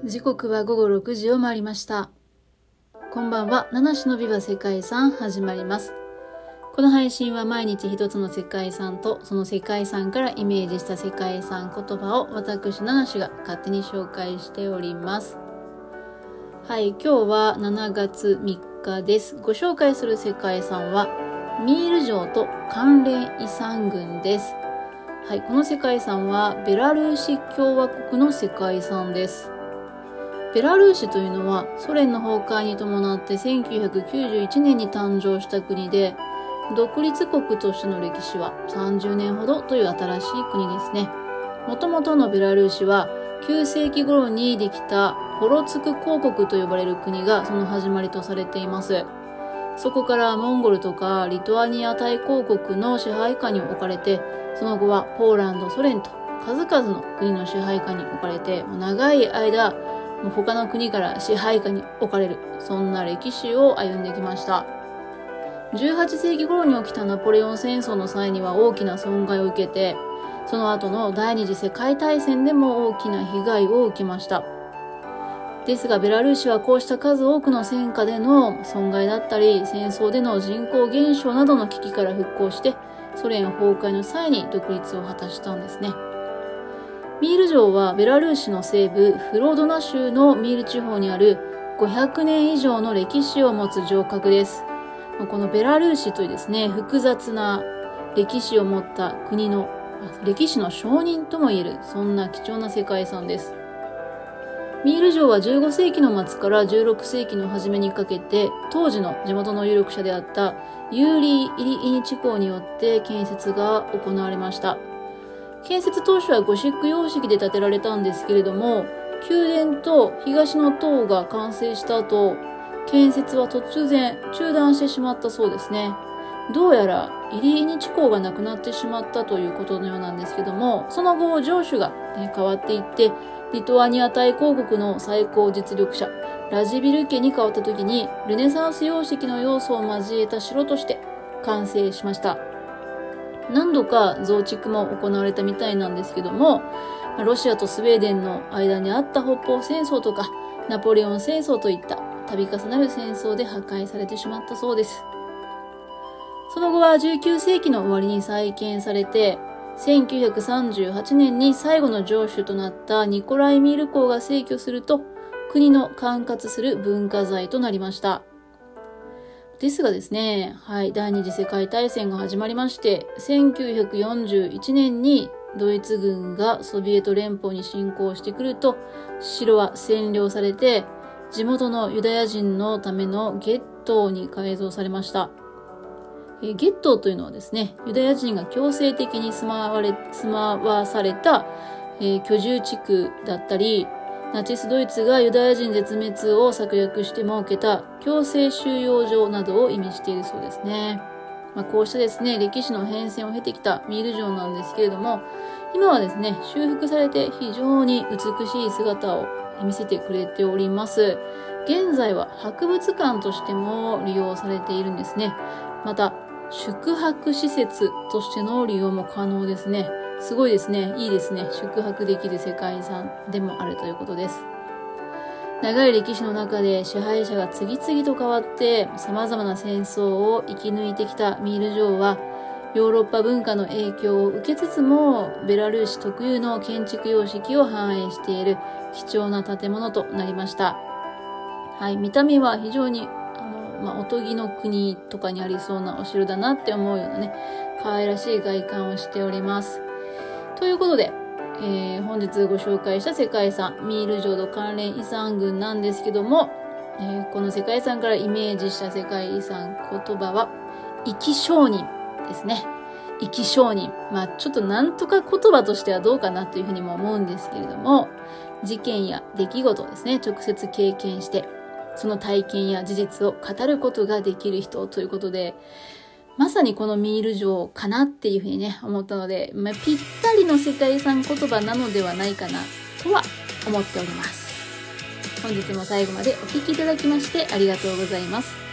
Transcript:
時刻は午後6時を回りました。こんばんは。七種のビバ世界遺産始まります。この配信は毎日一つの世界遺産とその世界遺産からイメージした世界遺産言葉を私七種が勝手に紹介しております。はい、今日は7月3日です。ご紹介する世界遺産はミール城と関連遺産群です。はい、この世界遺産はベラルーシ共和国の世界遺産です。ベラルーシというのはソ連の崩壊に伴って1991年に誕生した国で、独立国としての歴史は30年ほどという新しい国ですね。もともとのベラルーシは9世紀頃にできたホロツク公国と呼ばれる国がその始まりとされています。そこからモンゴルとかリトアニア大公国の支配下に置かれて、その後はポーランド、ソ連と数々の国の支配下に置かれて、長い間他の国から支配下に置かれる、そんな歴史を歩んできました。18世紀頃に起きたナポレオン戦争の際には大きな損害を受けて、その後の第二次世界大戦でも大きな被害を受けました。ですがベラルーシはこうした数多くの戦火での損害だったり、戦争での人口減少などの危機から復興して、ソ連崩壊の際に独立を果たしたんですね。ミール城はベラルーシの西部フロドナ州のミール地方にある500年以上の歴史を持つ城郭です。このベラルーシというですね、複雑な歴史を持った国の歴史の証人ともいえる、そんな貴重な世界遺産です。ミール城は15世紀の末から16世紀の初めにかけて、当時の地元の有力者であったユーリー・イリイニチ公によって建設が行われました。建設当初はゴシック様式で建てられたんですけれども、宮殿と東の塔が完成した後、建設は突然中断してしまったそうですね。どうやらイリーニチ公が亡くなってしまったということのようなんですけども、その後城主が変わっていって、リトアニア大公国の最高実力者ラジビル家に変わった時に、ルネサンス様式の要素を交えた城として完成しました。何度か増築も行われたみたいなんですけども、ロシアとスウェーデンの間にあった北方戦争とかナポレオン戦争といった度重なる戦争で破壊されてしまったそうです。その後は19世紀の終わりに再建されて、1938年に最後の城主となったニコライ・ミール公が逝去すると、国の管轄する文化財となりました。ですがですね、第二次世界大戦が始まりまして、1941年にドイツ軍がソビエト連邦に侵攻してくると、城は占領されて、地元のユダヤ人のためのゲットーに改造されました。ゲットーというのはですね、ユダヤ人が強制的に住まわされた、居住地区だったり、ナチスドイツがユダヤ人絶滅を策略して設けた強制収容所などを意味しているそうですね。こうしたですね、歴史の変遷を経てきたミール城なんですけれども、今はですね、修復されて非常に美しい姿を見せてくれております。現在は博物館としても利用されているんですね。また、宿泊施設としての利用も可能ですね。すごいですね。いいですね。宿泊できる世界遺産でもあるということです。長い歴史の中で支配者が次々と変わって様々な戦争を生き抜いてきたミール城は、ヨーロッパ文化の影響を受けつつもベラルーシ特有の建築様式を反映している貴重な建物となりました。見た目は非常におとぎの国とかにありそうなお城だなって思うようなね、可愛らしい外観をしております。ということで、本日ご紹介した世界遺産ミール城と関連遺産群なんですけども、この世界遺産からイメージした世界遺産言葉は生き証人ですね。生き証人。ちょっとなんとか言葉としてはどうかなというふうにも思うんですけれども、事件や出来事をですね、直接経験してその体験や事実を語ることができる人ということで、まさにこのミール城かなっていうふうにね、思ったので、ぴったりの世界遺産言葉なのではないかなとは思っております。本日も最後までお聞きいただきましてありがとうございます。